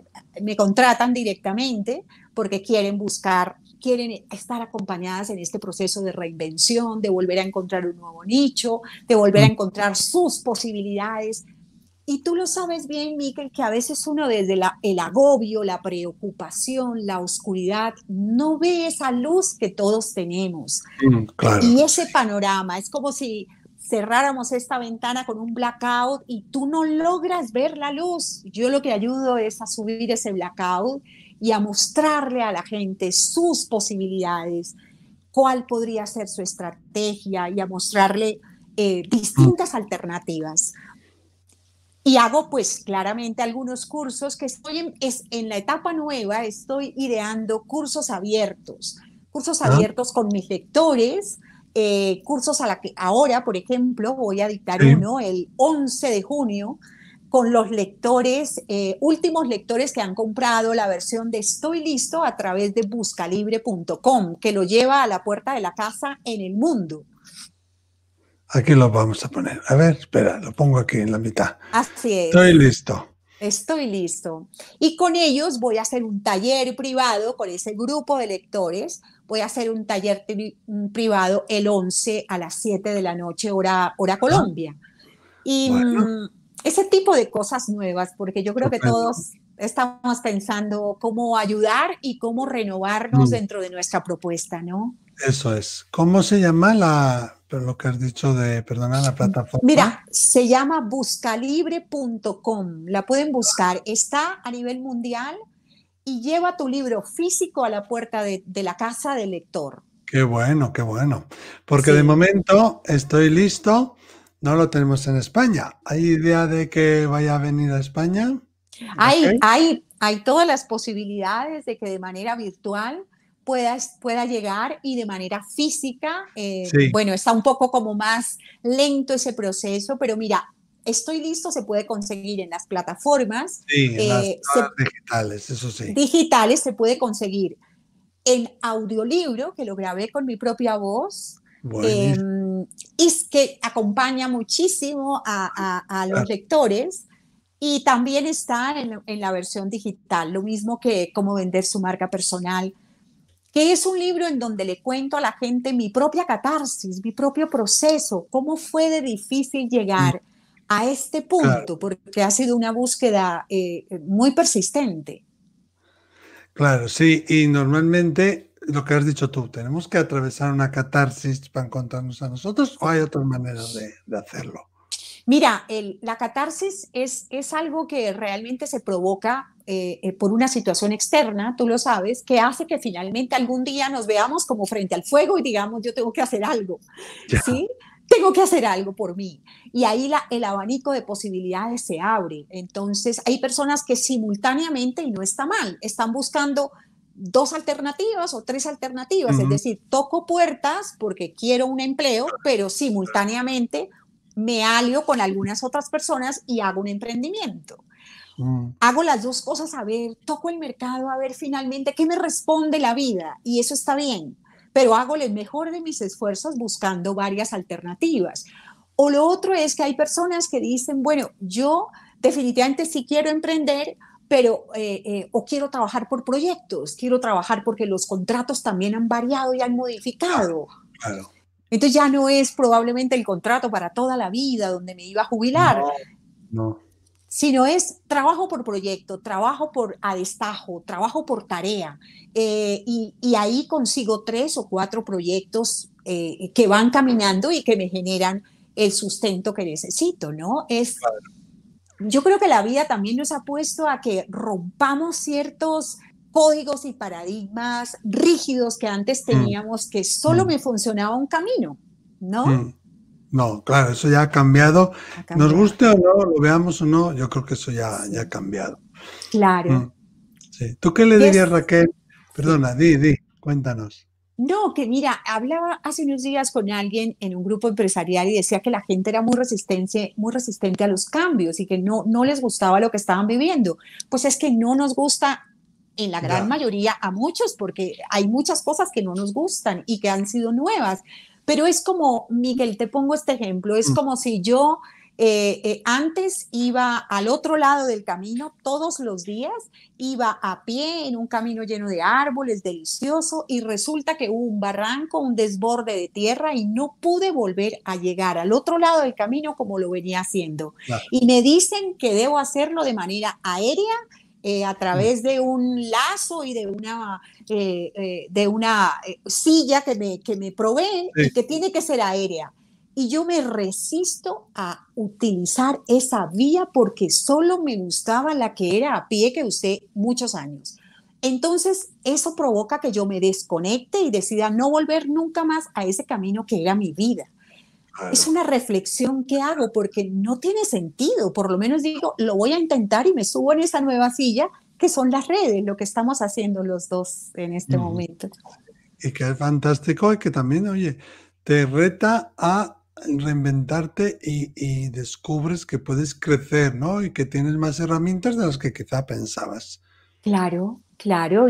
me contratan directamente porque quieren buscar, quieren estar acompañadas en este proceso de reinvención, de volver a encontrar un nuevo nicho, de volver a Mm, encontrar sus posibilidades. Y tú lo sabes bien, Miquel, que a veces uno desde el agobio, la preocupación, la oscuridad, no ve esa luz que todos tenemos. claro. Y ese panorama es como si cerráramos esta ventana con un blackout y tú no logras ver la luz. Yo lo que ayudo es a subir ese blackout y a mostrarle a la gente sus posibilidades, cuál podría ser su estrategia y a mostrarle Mm, distintas alternativas. Y hago pues claramente algunos cursos que estoy en la etapa nueva, estoy ideando cursos ah, abiertos con mis lectores, cursos a la que ahora, por ejemplo, voy a dictar sí. uno el 11 de junio con los lectores, últimos lectores que han comprado la versión de Estoy listo a través de buscalibre.com, que lo lleva a la puerta de la casa en el mundo. Aquí lo vamos a poner. A ver, espera, lo pongo aquí en la mitad. Así Estoy es. listo. Estoy listo. Y con ellos voy a hacer un taller privado, con ese grupo de lectores. Voy a hacer un taller privado el 11 a las 7 de la noche, hora Ah, Colombia. Y bueno, ese tipo de cosas nuevas, porque yo creo que estupendo. estamos pensando cómo ayudar y cómo renovarnos Mm, dentro de nuestra propuesta, ¿no? eso es. ¿Cómo se llama pero lo que has dicho de, perdona, la plataforma? Mira, se llama buscalibre.com, la pueden buscar, está a nivel mundial y lleva tu libro físico a la puerta de la casa del lector. Qué bueno, qué bueno. Porque de Sí, momento estoy listo, no lo tenemos en España. ¿Hay idea de que vaya a venir a España? ¿Ok? hay todas las posibilidades de que de manera virtual pueda llegar y de manera física, Sí, bueno, está un poco como más lento ese proceso, pero mira, estoy listo, se puede conseguir en las plataformas sí, en las todas digitales, eso sí. digitales, se puede conseguir en audiolibro, que lo grabé con mi propia voz, eh, Buenísimo. y es que acompaña muchísimo a los Claro. lectores. Y también está en la versión digital, lo mismo que Cómo vender su marca personal, que es un libro en donde le cuento a la gente mi propia catarsis, mi propio proceso, cómo fue de difícil Mm, llegar a este claro, punto, porque ha sido una búsqueda muy persistente. claro, sí. Y normalmente lo que has dicho tú, ¿tenemos que atravesar una catarsis para encontrarnos a nosotros o hay Sí. otras maneras de hacerlo? Mira, la catarsis es algo que realmente se provoca por una situación externa, tú lo sabes, que hace que finalmente algún día nos veamos como frente al fuego y digamos, yo tengo que hacer algo, Ya. ¿sí? Tengo que hacer algo por mí. Y ahí el abanico de posibilidades se abre. Entonces, hay personas que simultáneamente, y no está mal, están buscando dos alternativas o tres alternativas, es Ujú, decir, toco puertas porque quiero un empleo, pero simultáneamente me alio con algunas otras personas y hago un emprendimiento. mm, Hago las dos cosas, a ver, toco el mercado, a ver finalmente qué me responde la vida y eso está bien, pero hago el mejor de mis esfuerzos buscando varias alternativas. O lo otro es que hay personas que dicen, bueno, yo definitivamente sí quiero emprender, pero o quiero trabajar por proyectos, quiero trabajar porque los contratos también han variado y han claro, modificado. claro. Entonces ya no es probablemente el contrato para toda la vida donde me iba a jubilar, No, no. sino es trabajo por proyecto, trabajo por a destajo, trabajo por tarea. Y ahí consigo tres o cuatro proyectos que van caminando y que me generan el sustento que necesito, ¿no? Yo creo que la vida también nos ha puesto a que rompamos ciertos códigos y paradigmas rígidos que antes Mm, teníamos, que solo mm, me funcionaba un camino, ¿no? mm. No, claro, eso ya ha cambiado. Ha Nos cambiado. guste o no, lo veamos o no, yo creo que eso ya ha Sí, cambiado. Mm, claro. sí. ¿Tú qué le Y dirías, es, Raquel? sí. Perdona, di, cuéntanos. No, que mira, hablaba hace unos días con alguien en un grupo empresarial y decía que la gente era muy resistente a los cambios y que no les gustaba lo que estaban viviendo. Pues es que no nos gusta en la gran Ya. mayoría a muchos, porque hay muchas cosas que no nos gustan y que han sido nuevas. Pero es como, Miguel, te pongo este ejemplo, es Mm, como si yo antes iba al otro lado del camino todos los días, iba a pie en un camino lleno de árboles, delicioso, y resulta que hubo un barranco, un desborde de tierra y no pude volver a llegar al otro lado del camino como lo venía haciendo. claro. Y me dicen que debo hacerlo de manera aérea, a Mm, través de un lazo y de una silla que me proveen sí, y que tiene que ser aérea. Y yo me resisto a utilizar esa vía porque solo me gustaba la que era a pie que usé muchos años. Entonces, eso provoca que yo me desconecte y decida no volver nunca más a ese camino que era mi vida. Es claro. una reflexión que hago porque no tiene sentido. Por lo menos digo, lo voy a intentar y me subo en esa nueva silla que son las redes, lo que estamos haciendo los dos en este Ujú. momento. Y que es fantástico y que también, oye, te reta a reinventarte y descubres que puedes crecer, ¿no? Y que tienes más herramientas de las que quizá pensabas. Claro, claro.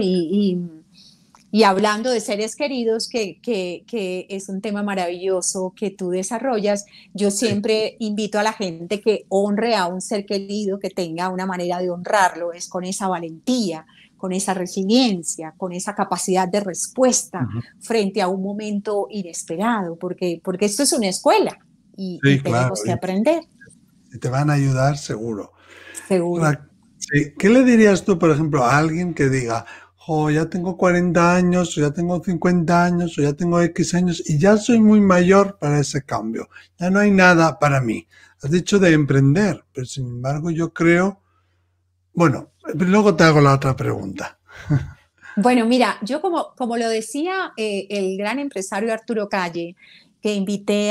Y hablando de seres queridos, que es un tema maravilloso que tú desarrollas, yo Sí. siempre invito a la gente que honre a un ser querido, que tenga una manera de honrarlo, es con esa valentía, con esa resiliencia, con esa capacidad de respuesta Ujú. frente a un momento inesperado, porque esto es una escuela y Sí, claro. tenemos que aprender, Y te van a ayudar seguro. seguro. Ra- Sí, ¿qué le dirías tú, por ejemplo, a alguien que diga, oh, ya tengo 40 años, o ya tengo 50 años, o ya tengo X años y ya soy muy mayor para ese cambio? Ya no hay nada para mí. Has dicho de emprender, pero sin embargo yo creo, bueno, luego te hago la otra pregunta. Bueno, mira, yo como lo decía el gran empresario Arturo Calle, que invité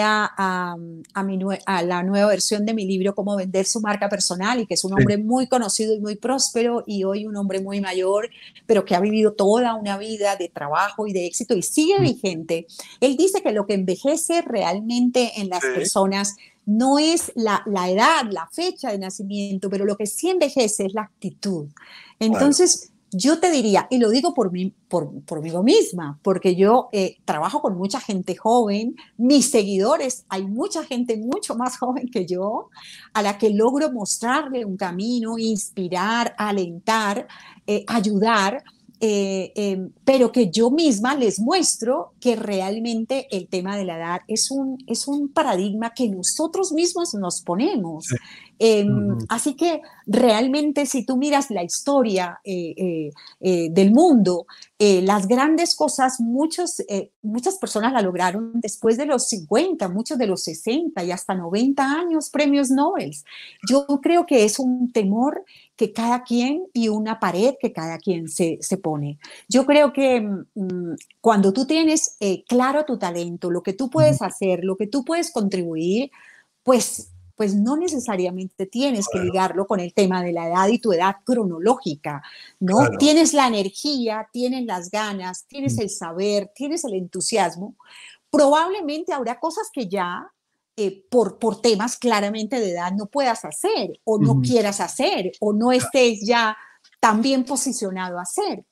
a la nueva versión de mi libro, Cómo vender su marca personal, y que es un Sí. hombre muy conocido y muy próspero, y hoy un hombre muy mayor, pero que ha vivido toda una vida de trabajo y de éxito y sigue Mm, vigente. Él dice que lo que envejece realmente en las sí, personas no es la edad, la fecha de nacimiento, pero lo que sí envejece es la actitud. claro, Entonces, yo te diría, y lo digo por mí misma, porque yo trabajo con mucha gente joven, mis seguidores, hay mucha gente mucho más joven que yo, a la que logro mostrarle un camino, inspirar, alentar, ayudar, pero que yo misma les muestro que realmente el tema de la edad es un paradigma que nosotros mismos nos sí. ponemos. Ujú, Así que realmente si tú miras la historia del mundo, las grandes cosas, muchas personas la lograron después de los 50, muchos de los 60 y hasta 90 años, premios Nobel. Yo creo que es un temor que cada quien y una pared que cada quien se pone. Yo creo que cuando tú tienes claro tu talento, lo que tú ujú, puedes hacer, lo que tú puedes contribuir, pues no necesariamente tienes que claro, ligarlo con el tema de la edad y tu edad cronológica, ¿no? claro. Tienes la energía, tienes las ganas, tienes Mm, el saber, tienes el entusiasmo. Probablemente habrá cosas que ya por temas claramente de edad no puedas hacer o no ujú, quieras hacer o no ya, estés ya tan bien posicionado a hacer.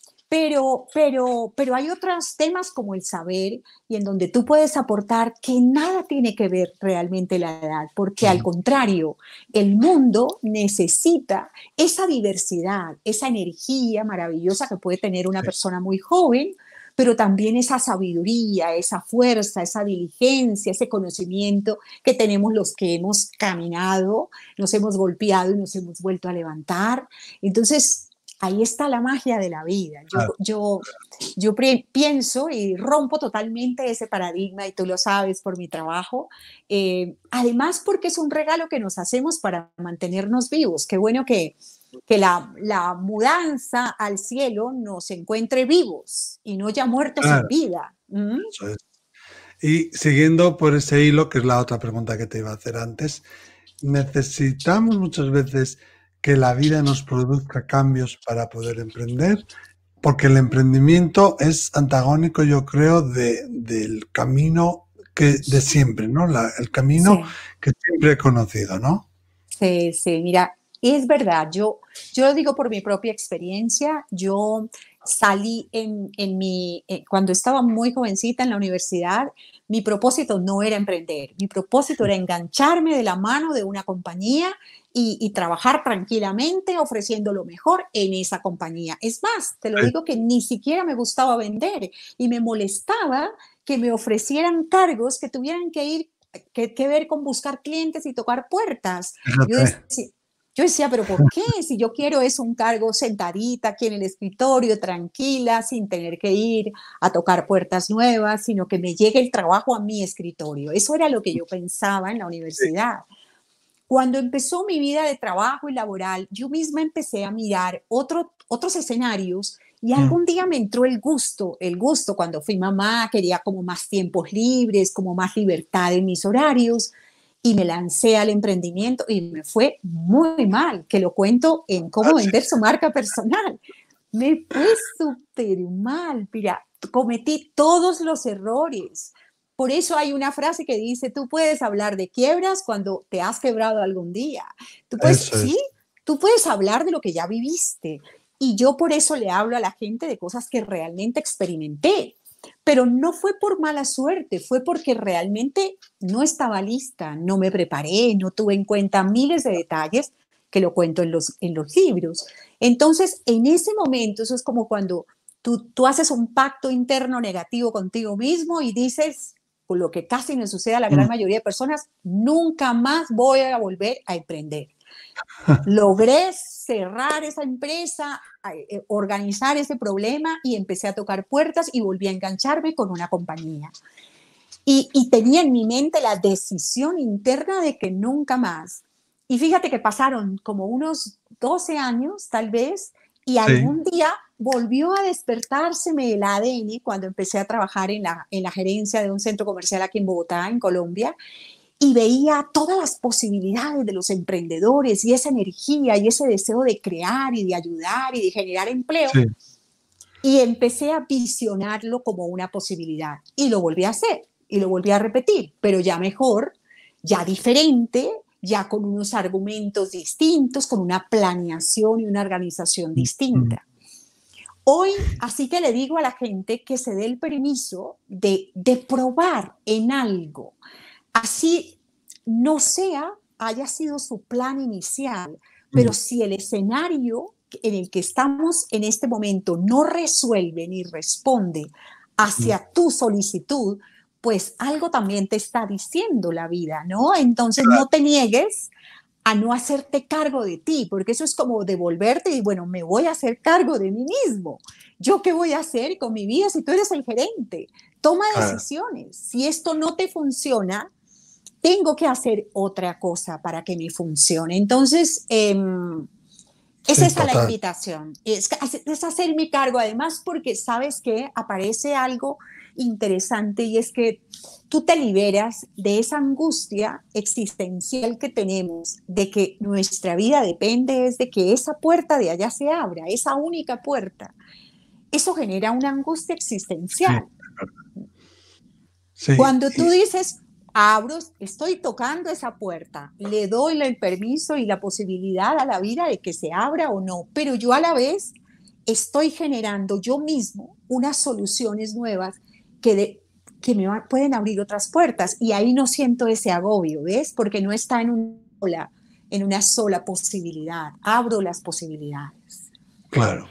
Pero hay otros temas como el saber y en donde tú puedes aportar que nada tiene que ver realmente la edad, porque al ujú, contrario, el mundo necesita esa diversidad, esa energía maravillosa que puede tener una sí, persona muy joven, pero también esa sabiduría, esa fuerza, esa diligencia, ese conocimiento que tenemos los que hemos caminado, nos hemos golpeado y nos hemos vuelto a levantar. Entonces, ahí está la magia de la vida. claro. Pienso y rompo totalmente ese paradigma, y tú lo sabes por mi trabajo. Además, porque es un regalo que nos hacemos para mantenernos vivos. Qué bueno que la mudanza al cielo nos encuentre vivos y no ya muertos en Claro, vida. ¿Mm? eso es. Y siguiendo por ese hilo, que es la otra pregunta que te iba a hacer antes, necesitamos muchas veces que la vida nos produzca cambios para poder emprender, porque el emprendimiento es antagónico, yo creo, del camino que de siempre, ¿no? El camino Sí. que siempre he conocido, ¿no? Sí, sí, mira, es verdad, yo lo digo por mi propia experiencia, yo salí cuando estaba muy jovencita en la universidad, mi propósito no era emprender, mi propósito era engancharme de la mano de una compañía y trabajar tranquilamente ofreciendo lo mejor en esa compañía. Es más, te lo Sí, digo que ni siquiera me gustaba vender y me molestaba que me ofrecieran cargos que tuvieran que ver con buscar clientes y tocar puertas. Yo fíjate, decía, yo decía, pero ¿por qué? Si yo quiero es un cargo sentadita aquí en el escritorio, tranquila, sin tener que ir a tocar puertas nuevas, sino que me llegue el trabajo a mi escritorio. Eso era lo que yo pensaba en la sí, universidad. Cuando empezó mi vida de trabajo y laboral, yo misma empecé a mirar otros escenarios y mm, algún día me entró el gusto cuando fui mamá, quería como más tiempos libres, como más libertad en mis horarios y me lancé al emprendimiento y me fue muy mal, que lo cuento en cómo así, vender su marca personal. Me fue súper mal, mira, cometí todos los errores. Por eso hay una frase que dice, tú puedes hablar de quiebras cuando te has quebrado algún día. Tú puedes, eso sí, es, tú puedes hablar de lo que ya viviste. Y yo por eso le hablo a la gente de cosas que realmente experimenté. Pero no fue por mala suerte, fue porque realmente no estaba lista, no me preparé, no tuve en cuenta miles de detalles que lo cuento en los libros. Entonces, en ese momento, eso es como cuando tú haces un pacto interno negativo contigo mismo y dices, por lo que casi me sucede a la gran mm, mayoría de personas, nunca más voy a volver a emprender. Logré cerrar esa empresa, organizar ese problema y empecé a tocar puertas y volví a engancharme con una compañía. Y tenía en mi mente la decisión interna de que nunca más. Y fíjate que pasaron como unos 12 años, tal vez, y Sí, algún día volvió a despertárseme el ADN cuando empecé a trabajar en la gerencia de un centro comercial aquí en Bogotá, en Colombia, y veía todas las posibilidades de los emprendedores y esa energía y ese deseo de crear y de ayudar y de generar empleo. sí, Y empecé a visionarlo como una posibilidad y lo volví a hacer y lo volví a repetir, pero ya mejor, ya diferente, ya con unos argumentos distintos, con una planeación y una organización mm, distinta. Hoy, así que le digo a la gente que se dé el permiso de probar en algo, así no sea, haya sido su plan inicial, pero mm, si el escenario en el que estamos en este momento no resuelve ni responde mm. hacia tu solicitud, pues algo también te está diciendo la vida, ¿no? Entonces Claro, no te niegues a no hacerte cargo de ti, porque eso es como devolverte y bueno, me voy a hacer cargo de mí mismo. ¿Yo qué voy a hacer con mi vida si tú eres el gerente? Toma claro. decisiones. Si esto no te funciona, tengo que hacer otra cosa para que me funcione. Entonces, es Sí, esa la total. invitación, es hacerme cargo, además porque sabes que aparece algo interesante y es que tú te liberas de esa angustia existencial que tenemos, de que nuestra vida depende es de que esa puerta de allá se abra, esa única puerta. Eso genera una angustia Sí, existencial. sí, Cuando tú dices, abro, estoy tocando esa puerta, le doy el permiso y la posibilidad a la vida de que se abra o no, pero yo a la vez estoy generando yo mismo unas soluciones nuevas que, que pueden abrir otras puertas y ahí no siento ese agobio, ¿ves? Porque no está en una sola posibilidad, abro las posibilidades. claro.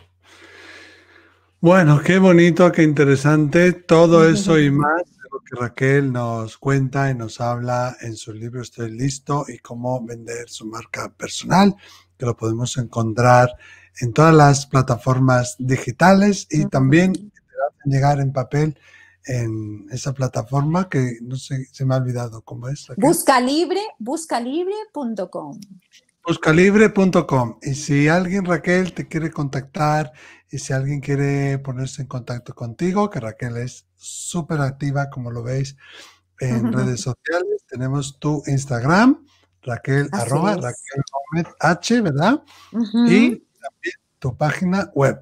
Bueno, qué bonito, qué interesante. Todo eso y más de lo que Raquel nos cuenta y nos habla en su libro Estoy listo y cómo vender su marca personal, que lo podemos encontrar en todas las plataformas digitales y también que te hacen llegar en papel en esa plataforma que no sé, se me ha olvidado cómo es, Raquel. Buscalibre.com. Buscalibre.com. Y si alguien, Raquel, te quiere contactar y si alguien quiere ponerse en contacto contigo, que Raquel es súper activa, como lo veis en redes sociales, tenemos tu Instagram, Raquel, Así arroba es. Raquel Gómez H, ¿verdad? Y Ujú. también tu página web,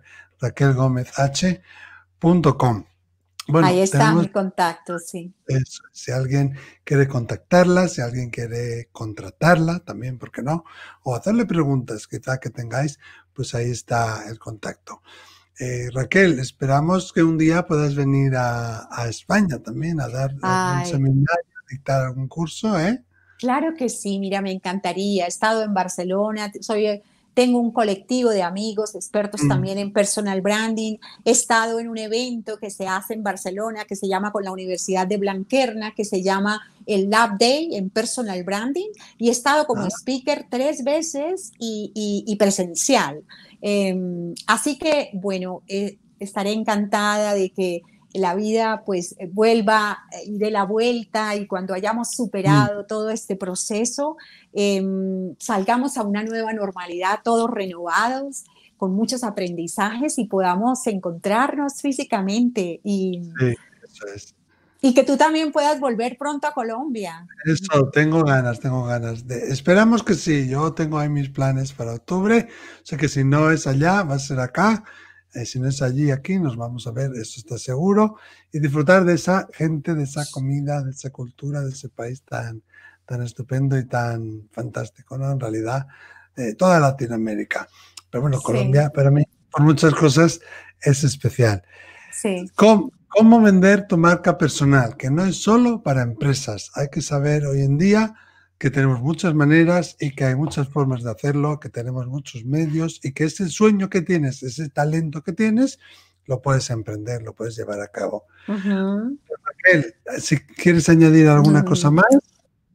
raquelgomezh.com. Ahí Bueno, está tenemos mi contacto, sí. eso. Si alguien quiere contactarla, si alguien quiere contratarla, también, ¿por qué no? O hacerle preguntas quizá que tengáis, pues ahí está el contacto. Raquel, esperamos que un día puedas venir a España también a dar algún Ay, seminario, a dictar algún curso, ¿eh? claro que sí, mira, me encantaría. He estado en Barcelona, tengo un colectivo de amigos, expertos Mm, también en personal branding. He estado en un evento que se hace en Barcelona, que se llama con la Universidad de Blanquerna, que se llama el Lab Day en personal branding. Y he estado como ah, speaker 3 veces y presencial. Así que, bueno, estaré encantada de que la vida pues vuelva y dé la vuelta y cuando hayamos mm, superado todo este proceso, salgamos a una nueva normalidad, todos renovados, con muchos aprendizajes y podamos encontrarnos físicamente sí, eso es. y que tú también puedas volver pronto a Colombia. Eso, tengo ganas, tengo ganas de. Esperamos que sí, yo tengo ahí mis planes para octubre. Sé que si no es allá, va a ser acá. Si no es allí, aquí, nos vamos a ver, eso está seguro. Y disfrutar de esa gente, de esa comida, de esa cultura, de ese país tan, tan estupendo y tan fantástico, ¿no? En realidad, toda Latinoamérica. Pero bueno, Sí, Colombia para mí, por muchas cosas, es especial. sí. ¿Cómo vender tu marca personal? Que no es solo para empresas. Hay que saber hoy en día que tenemos muchas maneras y que hay muchas formas de hacerlo, que tenemos muchos medios y que ese sueño que tienes, ese talento que tienes, lo puedes emprender, lo puedes llevar a cabo. Ujú. Raquel, si quieres añadir alguna cosa más.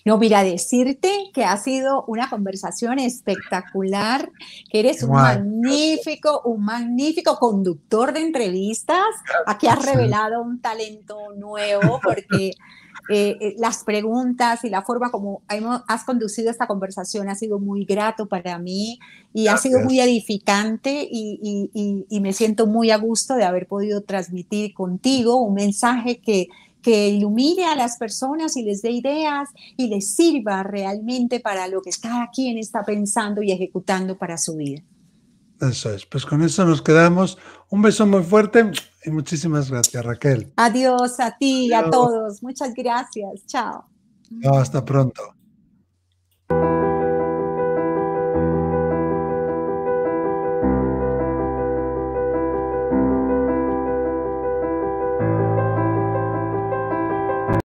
No, mira, decirte que ha sido una conversación espectacular, que eres Igual, gracias. un magnífico conductor de entrevistas. Aquí has Excelente. revelado un talento nuevo porque las preguntas y la forma como has conducido esta conversación ha sido muy grato para mí y ha sido muy Gracias. edificante y me siento muy a gusto de haber podido transmitir contigo un mensaje que ilumine a las personas y les dé ideas y les sirva realmente para lo que cada quien está pensando y ejecutando para su vida. Eso es. Pues con eso nos quedamos. Un beso muy fuerte y muchísimas gracias, Raquel. Adiós a ti y a Adiós. todos. Muchas gracias. Chao. Chao, hasta pronto.